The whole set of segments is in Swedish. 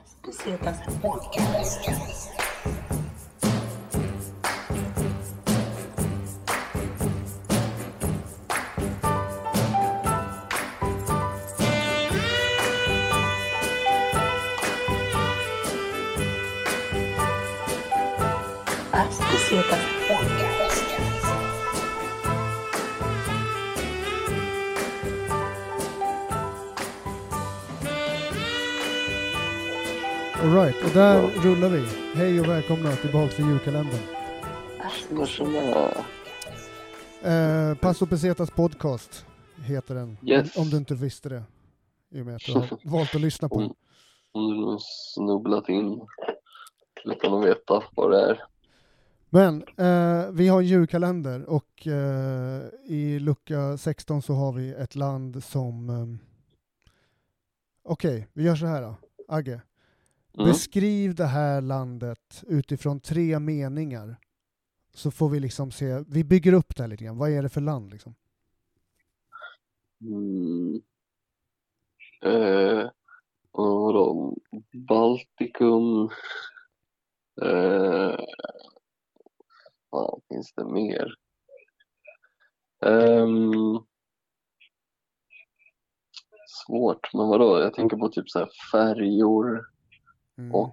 Pesetas Podcast. Pesetas Podcast. All right, och där rullar vi. Hej och välkomna tillbaka till julkalendern. Passo Pesetas Podcast heter den. Yes. Om du inte visste det. I och med att du har valt att lyssna på den. Om du nu snubblat in utan att veta vad det är. Men vi har en julkalender och i lucka 16 så har vi ett land som... Okej, vi gör så här då. Agge. Beskriv det här landet utifrån 3 meningar. Så får vi liksom se, vi bygger upp det här lite grann. Vad är det för land liksom? Vadå? Baltikum. Vad finns det mer? Svårt, men vadå? Jag tänker på typ så här färjor. Och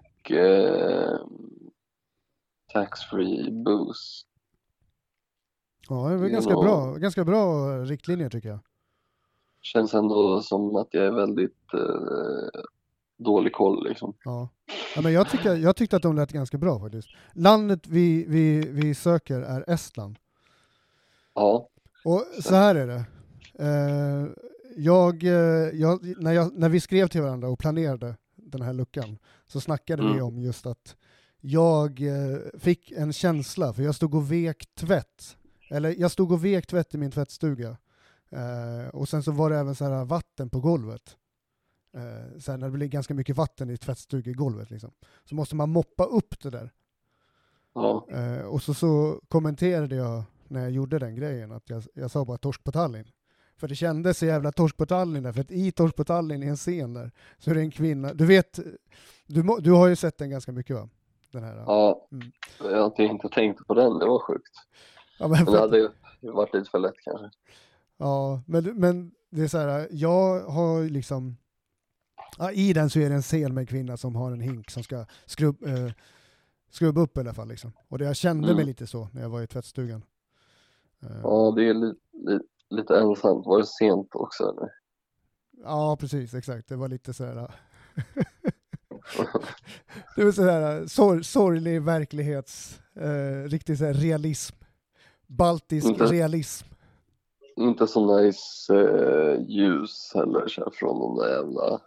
tax-free booze. Ja, det är väl ganska bra riktlinjer tycker jag. Känns ändå som att jag är väldigt dålig koll liksom. Ja, men jag tyckte att de lät ganska bra faktiskt. Landet vi söker är Estland. Ja. Och så här är det. När vi skrev till varandra och planerade den här luckan så snackade vi om just att jag fick en känsla, för jag stod och vek tvätt i min tvättstuga och sen så var det även så här vatten på golvet, så här, när det blir ganska mycket vatten i tvättstugegolvet liksom, så måste man moppa upp det där. Ja. Och så kommenterade jag när jag gjorde den grejen att jag sa bara torsk på Tallinn. För det kändes så jävla torsk på Tallinn där. För att i torsk på Tallinn i en scen där så är det en kvinna. Du vet, du har ju sett den ganska mycket va? Den här. Ja, jag har inte tänkt på den. Det var sjukt. Ja, men det hade ju varit lite för lätt kanske. Ja, men det är så här. Jag har liksom... Ja, i den så är det en scen med en kvinna som har en hink som ska skrubba upp i alla fall. Liksom. Och jag kände mig lite så när jag var i tvättstugan. Ja, det är lite ensamt. Var det sent också eller? Ja, precis, exakt. Det var lite så här. Det var så här sorglig verklighets riktigt så här realism. Baltisk realism. Inte så nice ljus heller så här, från de där jävla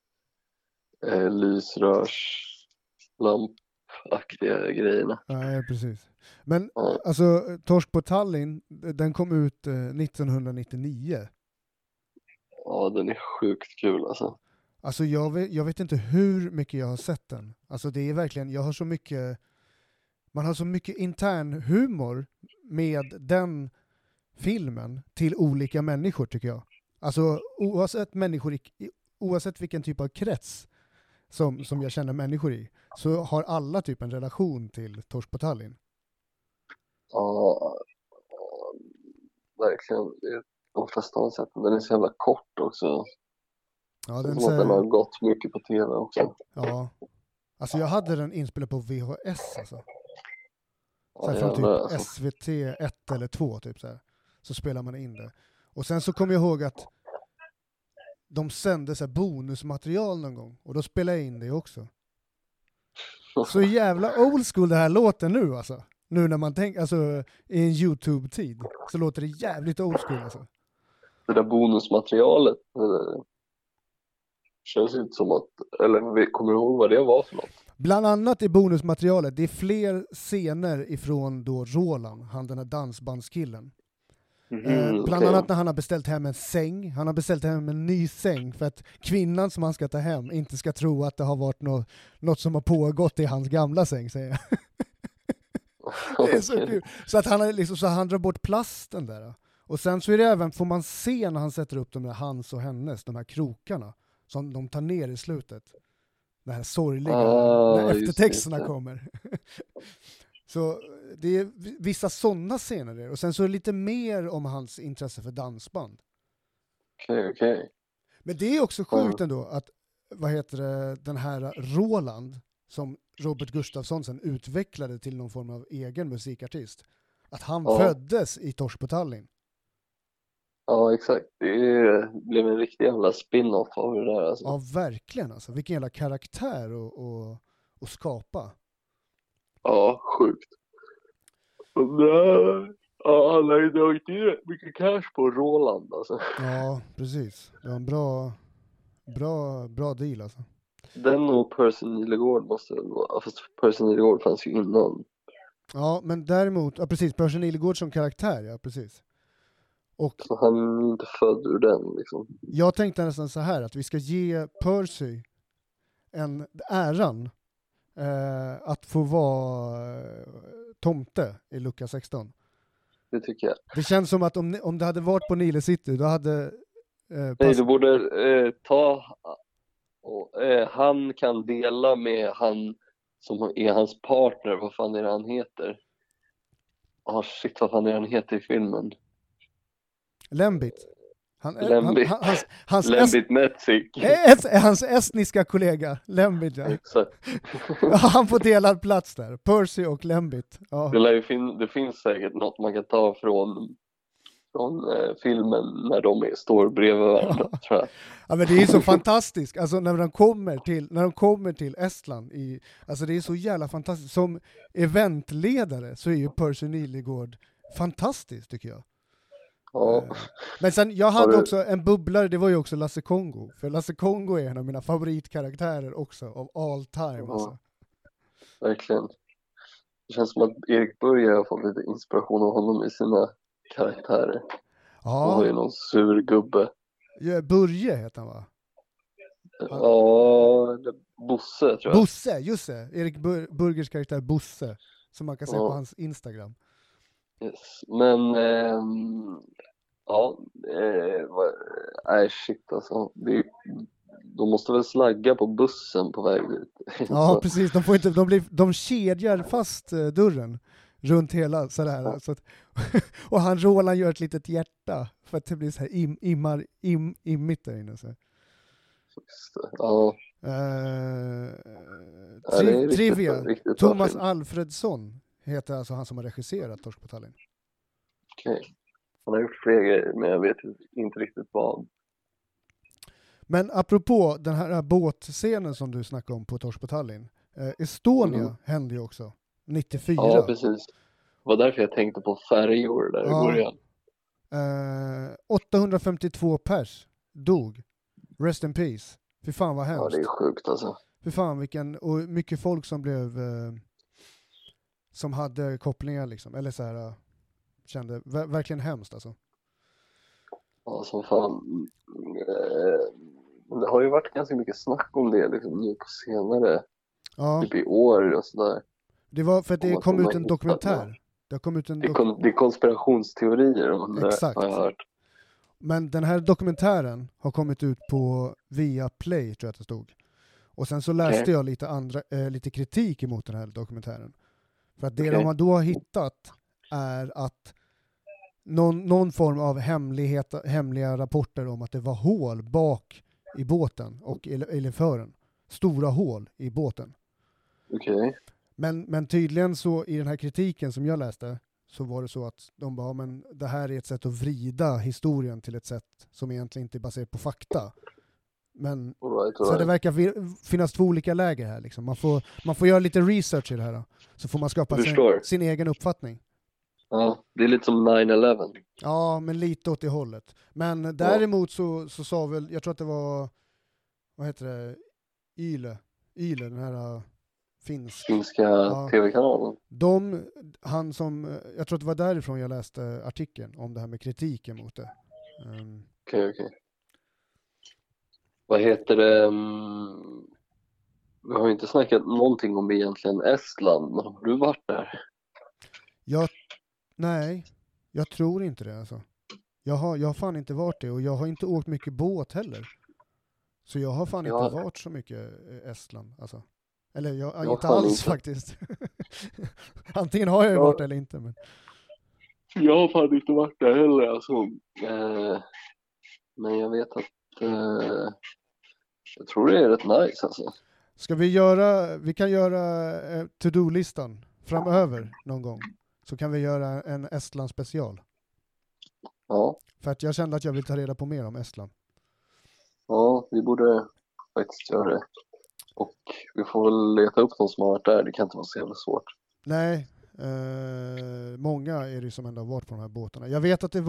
lysrörslampaktiga grejerna. Nej, precis. Men alltså Torsk på Tallinn, den kom ut 1999. Ja, den är sjukt kul alltså. Alltså jag vet inte hur mycket jag har sett den. Alltså det är verkligen, man har så mycket intern humor med den filmen till olika människor tycker jag. Alltså oavsett vilken typ av krets som jag känner människor i, så har alla typ en relation till Torsk på Tallinn. Ja, verkligen. De flesta har sett den. Den är så jävla kort också. Ja, den har gått mycket på tv också. Ja. Alltså jag hade den inspelad på VHS alltså. Så här, ja, från typ SVT 1 eller 2 typ så här. Så spelar man in det. Och sen så kommer jag ihåg att de sände så här bonusmaterial någon gång. Och då spelade jag in det också. Så jävla old school det här låter nu alltså. Nu när man tänker, alltså i en YouTube-tid så låter det jävligt old school alltså. Det där bonusmaterialet känns inte som att, eller kommer du ihåg vad det var för något? Bland annat i bonusmaterialet, det är fler scener ifrån då Roland, han den här dansbandskillen. Bland annat när han har beställt hem en säng. Han har beställt hem en ny säng för att kvinnan som han ska ta hem inte ska tro att det har varit något som har pågått i hans gamla säng, säger jag. Det är så kul. Så att han drar bort plasten där. Och sen så är det även, får man se när han sätter upp de där hans och hennes, de här krokarna som de tar ner i slutet. Det här sorgliga, när just eftertexterna det. kommer. Så det är vissa sådana scener där. Och sen så är det lite mer om hans intresse för dansband. Okej. Men det är också sjukt ändå att, den här Roland som Robert Gustafsson sen utvecklade till någon form av egen musikartist. Att han föddes i Tors på Tallinn. Ja, exakt. Blev en riktig jävla spin-off av det där. Alltså. Ja, verkligen. Alltså. Vilken jävla karaktär att skapa. Ja, sjukt. Han har ju dragit in rätt mycket cash på Roland. Alltså. Ja, precis. Det var en bra deal alltså. Den och Percy Nilegård måste väl vara. Fast Percy Nilegård fanns ju innan. Ja, men däremot, ja precis, Percy Nilegård som karaktär, ja precis. Och så han är inte född ur den liksom. Jag tänkte nästan så här att vi ska ge Percy en äran att få vara tomte i lucka 16. Det tycker jag. Det känns som att om det hade varit på Nile City, då hade nej, du borde han kan dela med han som är hans partner. Vad fan är det han heter? Shit, vad fan är han heter i filmen? Lembit. Lembit Metsik. Hans estniska kollega, Lembit. Ja. Exakt. Han får delad plats där. Percy och Lembit. Ja. Det finns säkert något man kan ta från filmen när de står bredvid varandra, tror jag. Ja, men det är så fantastiskt. Alltså när de kommer till Estland alltså det är så jävla fantastiskt. Som eventledare så är ju Percy Nilegård fantastisk, tycker jag. Ja. Men sen, jag hade också en bubblare, det var ju också Lasse Kongo. För Lasse Kongo är en av mina favoritkaraktärer också, av all time. Ja, alltså. Verkligen. Det känns som att Erik Börje har fått lite inspiration av honom i sina karaktärer. Ja. Han var ju någon sur gubbe. Ja, Börje heter han, va? Ja, Bosse tror jag. Bosse, just det. Erik Burgers karaktär Bosse. Som man kan se på hans Instagram. Yes. Men shit alltså. De måste väl slagga på bussen på väg dit. Ja, precis. De kedjar fast dörren runt hela sådär. Ja. Så att, och han Roland gör ett litet hjärta för att det blir så här immigt där inne. Så. Ja. Trivia. Riktigt Thomas Alfredsson heter alltså han som har regisserat Torsk på Tallinn. Okej. Han har gjort fler grejer, men jag vet inte riktigt vad. Men apropå den här båtscenen som du snackade om på Torsk på Tallinn. Estonia hände ju också. 94. Ja, precis. Det var därför jag tänkte på färjor där i början. 852 pers dog. Rest in peace. Fy fan vad hemskt. Ja, det är sjukt alltså. Fy fan och mycket folk som blev som hade kopplingar liksom. Eller så här kände verkligen hemskt alltså. Ja, som fan. Det har ju varit ganska mycket snack om det liksom, nu på senare. Ja. Typ i år och sådär. Det var för att det kom ut en dokumentär. Det är konspirationsteorier om det, har jag hört. Men den här dokumentären har kommit ut på Viaplay, tror jag att det stod. Och sen så läste jag lite kritik emot den här dokumentären. För att det de då har hittat är att någon form av hemliga rapporter om att det var hål bak i båten och i fören. Stora hål i båten. Okej. Men tydligen så i den här kritiken som jag läste så var det så att de bara, men det här är ett sätt att vrida historien till ett sätt som egentligen inte är baserat på fakta. Men så det verkar finnas två olika läger här liksom. Man får göra lite research i det här. Så får man skapa sin egen uppfattning. Ja, det är lite som 9/11. Ja, men lite åt det hållet. Men däremot så sa väl, jag tror att det var, vad heter det, Yle, den här finska tv-kanalen. Jag tror att det var därifrån jag läste artikeln om det här med kritiken mot det. Okej. Vad heter det? Vi har ju inte snackat någonting om egentligen Estland, men har du varit där? Nej, jag tror inte det alltså. Jag har fan inte varit det och jag har inte åkt mycket båt heller. Så jag har fan Ja. inte varit så mycket i Estland. Alltså. Eller jag Jag inte fan alls inte. faktiskt. Antingen har jag ju Ja. varit eller inte. Men... Jag har fan inte varit där heller alltså. Men jag vet att jag tror det är rätt nice alltså. Ska vi kan göra to-do-listan framöver någon gång. Så kan vi göra en Estland special. Ja, För att jag kände att jag vill ta reda på mer om Estland. ja, vi borde faktiskt göra det. Och vi får väl leta upp någon som har varit där, det kan inte vara så jävla svårt. Nej, många är det som ändå har varit på de här båtarna. Jag vet att det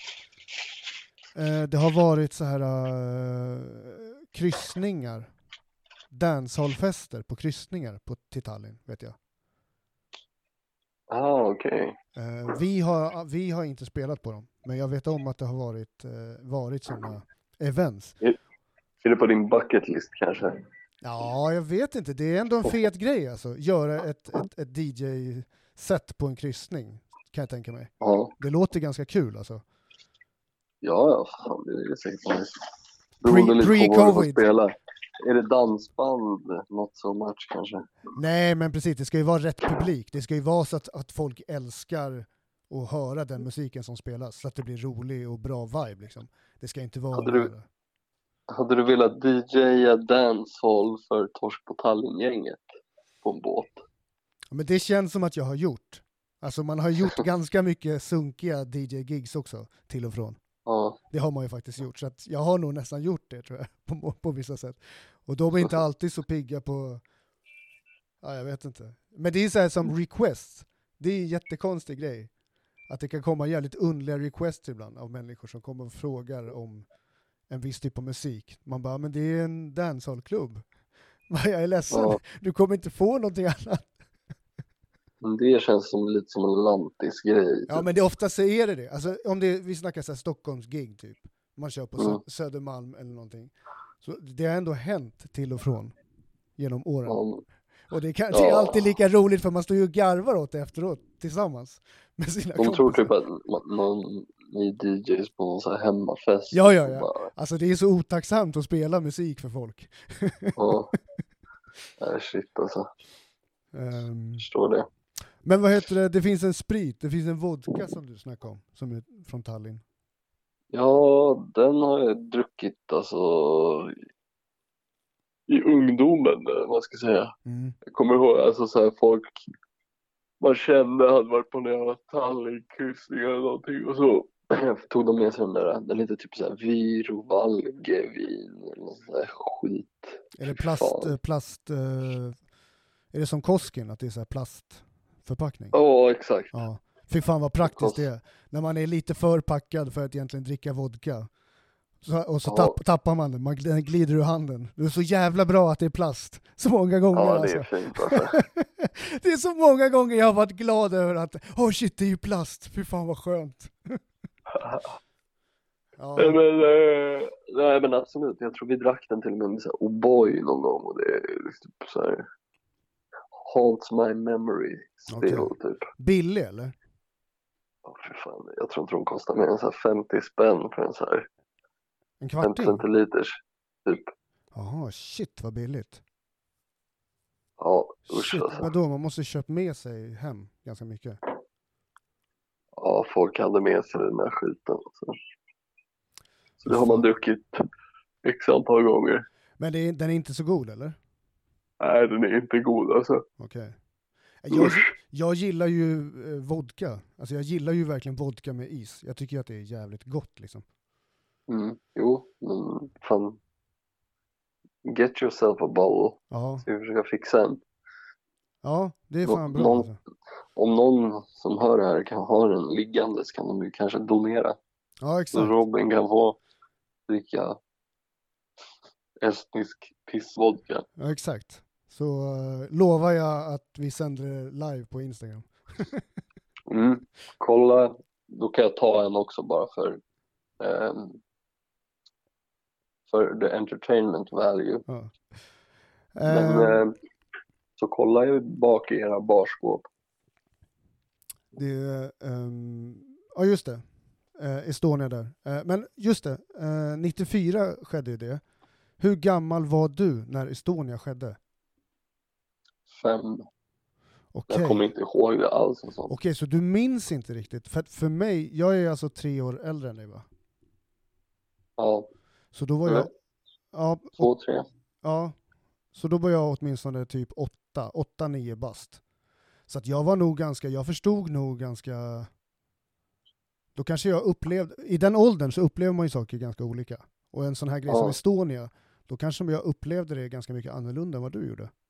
har varit så här kryssningar. Dancehallfester på kryssningar till Tallinn, vet jag. Okej. Vi har inte spelat på dem, men jag vet om att det har varit sådana events. Är det på din bucket list kanske? Ja, jag vet inte. Det är ändå en fet grej alltså. Göra ett DJ-set på en kryssning, kan jag tänka mig. Ja, Det låter ganska kul alltså. ja, fan, det är säkert nice. Beroende lite på vad du får Pre-covid. spela. Är det dansband? Not so much kanske? Nej, men precis. Det ska ju vara rätt publik. Det ska ju vara så att folk älskar att höra den musiken som spelas. Så att det blir rolig och bra vibe liksom. Det ska inte vara... Hade du velat DJa dancehall för Torsk på Tallinn-gänget på en båt? Men det känns som att jag har gjort. Alltså man har gjort ganska mycket sunkiga DJ-gigs också, till och från. Ja. Det har man ju faktiskt gjort. Så att jag har nog nästan gjort det, tror jag, på vissa sätt. Och de är inte alltid så pigga på... Ja, jag vet inte. Men det är så här som requests. Det är en jättekonstig grej. Att det kan komma jävligt underliga requests ibland av människor som kommer och frågar om en viss typ av musik. Man bara, men det är en dancehallklubb. Jag är ledsen. Ja. Du kommer inte få någonting annat. Men det känns som lite som en lantis grej. Ja, men det ofta så är det. Alltså, om vi snackar så här Stockholms gig typ. Man kör på Södermalm eller någonting. Så det har ändå hänt till och från genom åren. Ja. Och det är alltid lika roligt för man står ju och garvar åt det efteråt tillsammans med sina De tror kompisar. typ att ni DJs på någon så här hemmafest. Ja. Bara, Alltså det är så otacksamt att spela musik för folk. ja. Nej, shit alltså. Förstår det. Men vad heter det? Det finns en sprit, det finns en vodka som du snackade om, som är från Tallinn. Ja, den har jag druckit alltså i ungdomen, vad ska jag säga. Mm. Jag kommer ihåg, alltså så här folk man kände hade varit på några Tallinn-kryssningar eller någonting och så tog de med sig den lite typ såhär Viro Valgevin eller något sånt där skit. Är det plast är det som Kosken, att det är så här plastförpackning? Ja, exakt. Ja. Fy fan vad praktiskt det är. När man är lite för packad för att egentligen dricka vodka. Och så tappar man den, den glider ur handen. Det är så jävla bra att det är plast. Så många gånger Ja, det alltså. är fint alltså. Det är så många gånger jag har varit glad över att shit, det är ju plast. Fy fan vad skönt. Ja. Nej men absolut, jag tror vi drack den till och med så här O'boy någon gång och det är typ så här haunts my memory still typ. Billig eller? Ja, för fan, jag tror inte de kostar mer än så här 50 spänn för en så här en kvarting? 5 centiliters typ. Jaha, shit vad billigt. Ja, usch Shit, alltså. men då man måste köpa med sig hem ganska mycket. Ja, folk hade med sig den där skiten alltså. Så det har man druckit x antal gånger. Men den är inte så god eller? Nej, den är inte god alltså. Okej. Jag gillar ju vodka. Alltså jag gillar ju verkligen vodka med is. Jag tycker att det är jävligt gott liksom. Jo, men fan. Get yourself a bottle. Ja. Så vi försöker fixa en. Ja, det är fan bra. Alltså. Om någon som hör det här kan ha den liggande så kan de ju kanske donera. Ja, exakt. Så Robin kan få dricka estnisk pissvodka. Ja, exakt. Så lovar jag att vi sänder live på Instagram. Kolla, då kan jag ta en också bara för the entertainment value. Ja. Men så kolla ju bak i era barskåp. Det är, ja just det. Estonia där. Men just det, 94 skedde ju det. Hur gammal var du när Estonia skedde? 5. Okej. Jag kommer inte ihåg det alls. Och sånt. Okej, så du minns inte riktigt. För mig, jag är alltså 3 år äldre än dig, va? Ja, Så då var jag... Ja, 2, 3. ja, så då var jag åtminstone typ 8-9 bast. Så att jag var nog ganska, jag förstod nog ganska... Då kanske jag upplevde, i den åldern så upplever man ju saker ganska olika. Och en sån här grej som Estonia, då kanske jag upplevde det ganska mycket annorlunda än vad du gjorde.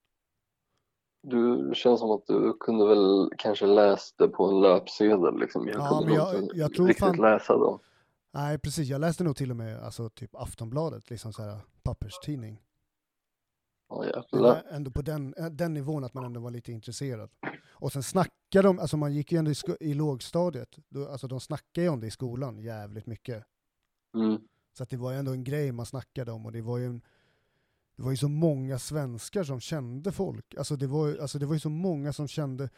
Du känns som att du kunde väl kanske läste på en löpsedel liksom. Ja, men jag tror riktigt fan... läsa då. Nej, precis. Jag läste nog till och med alltså, typ Aftonbladet, liksom så här papperstidning. Ja, Det jävlar. var ändå på den nivån att man ändå var lite intresserad. Och sen snackade de, alltså man gick ju ändå i lågstadiet, alltså de snackade ju om det i skolan jävligt mycket. Mm. Så att det var ju ändå en grej man snackade om, och det var ju så många svenskar som kände folk. Alltså det var ju så många som kände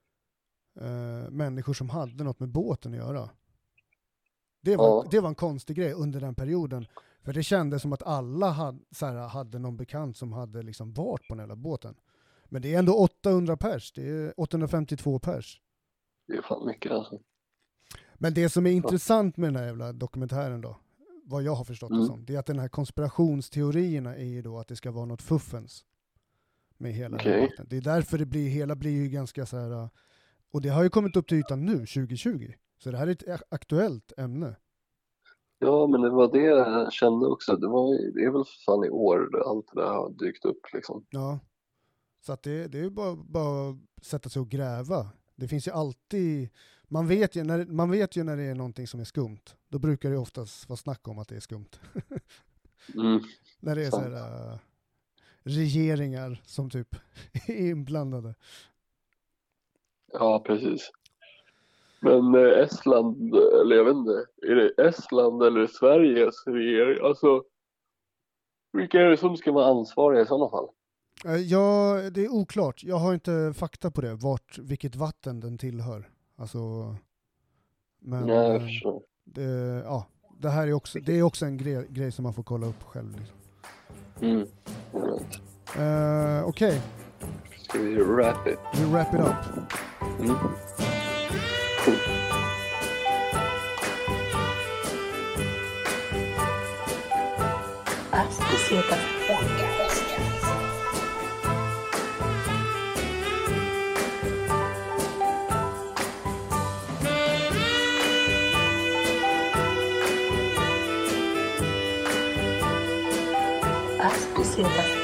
människor som hade något med båten att göra. Det var en konstig grej under den perioden. För det kändes som att alla hade någon bekant som hade liksom varit på den här båten. Men det är ändå 800 pers. Det är 852 pers. Det är fan mycket alltså. Men det som är intressant med den här jävla dokumentären då, vad jag har förstått det som, det är att den här konspirationsteorierna är ju då att det ska vara något fuffens med hela båten. Det är därför hela blir ju ganska så här, och det har ju kommit upp till ytan nu, 2020. Så det här är ett aktuellt ämne. Ja, men det var det jag kände också. Det är väl fan i år allt det där har dykt upp liksom. Ja, så att det är ju bara att sätta sig och gräva. Det finns ju alltid, man vet ju när det är någonting som är skumt. Då brukar det oftast vara snack om att det är skumt. När det är så här, regeringar som typ är inblandade. Ja, precis. Men Estland, eller jag vet inte, är det Estland eller Sveriges regering? Alltså, vilka är det som ska vara ansvariga i sådana fall? Ja, det är oklart. Jag har inte fakta på det, vilket vatten den tillhör. Alltså, men Nej, jag förstår. Det här är också en grej som man får kolla upp själv. Liksom. Right. Okej. Ska vi wrap it? We wrap it up. Cool. Ascosietas Podcast. Ascosietas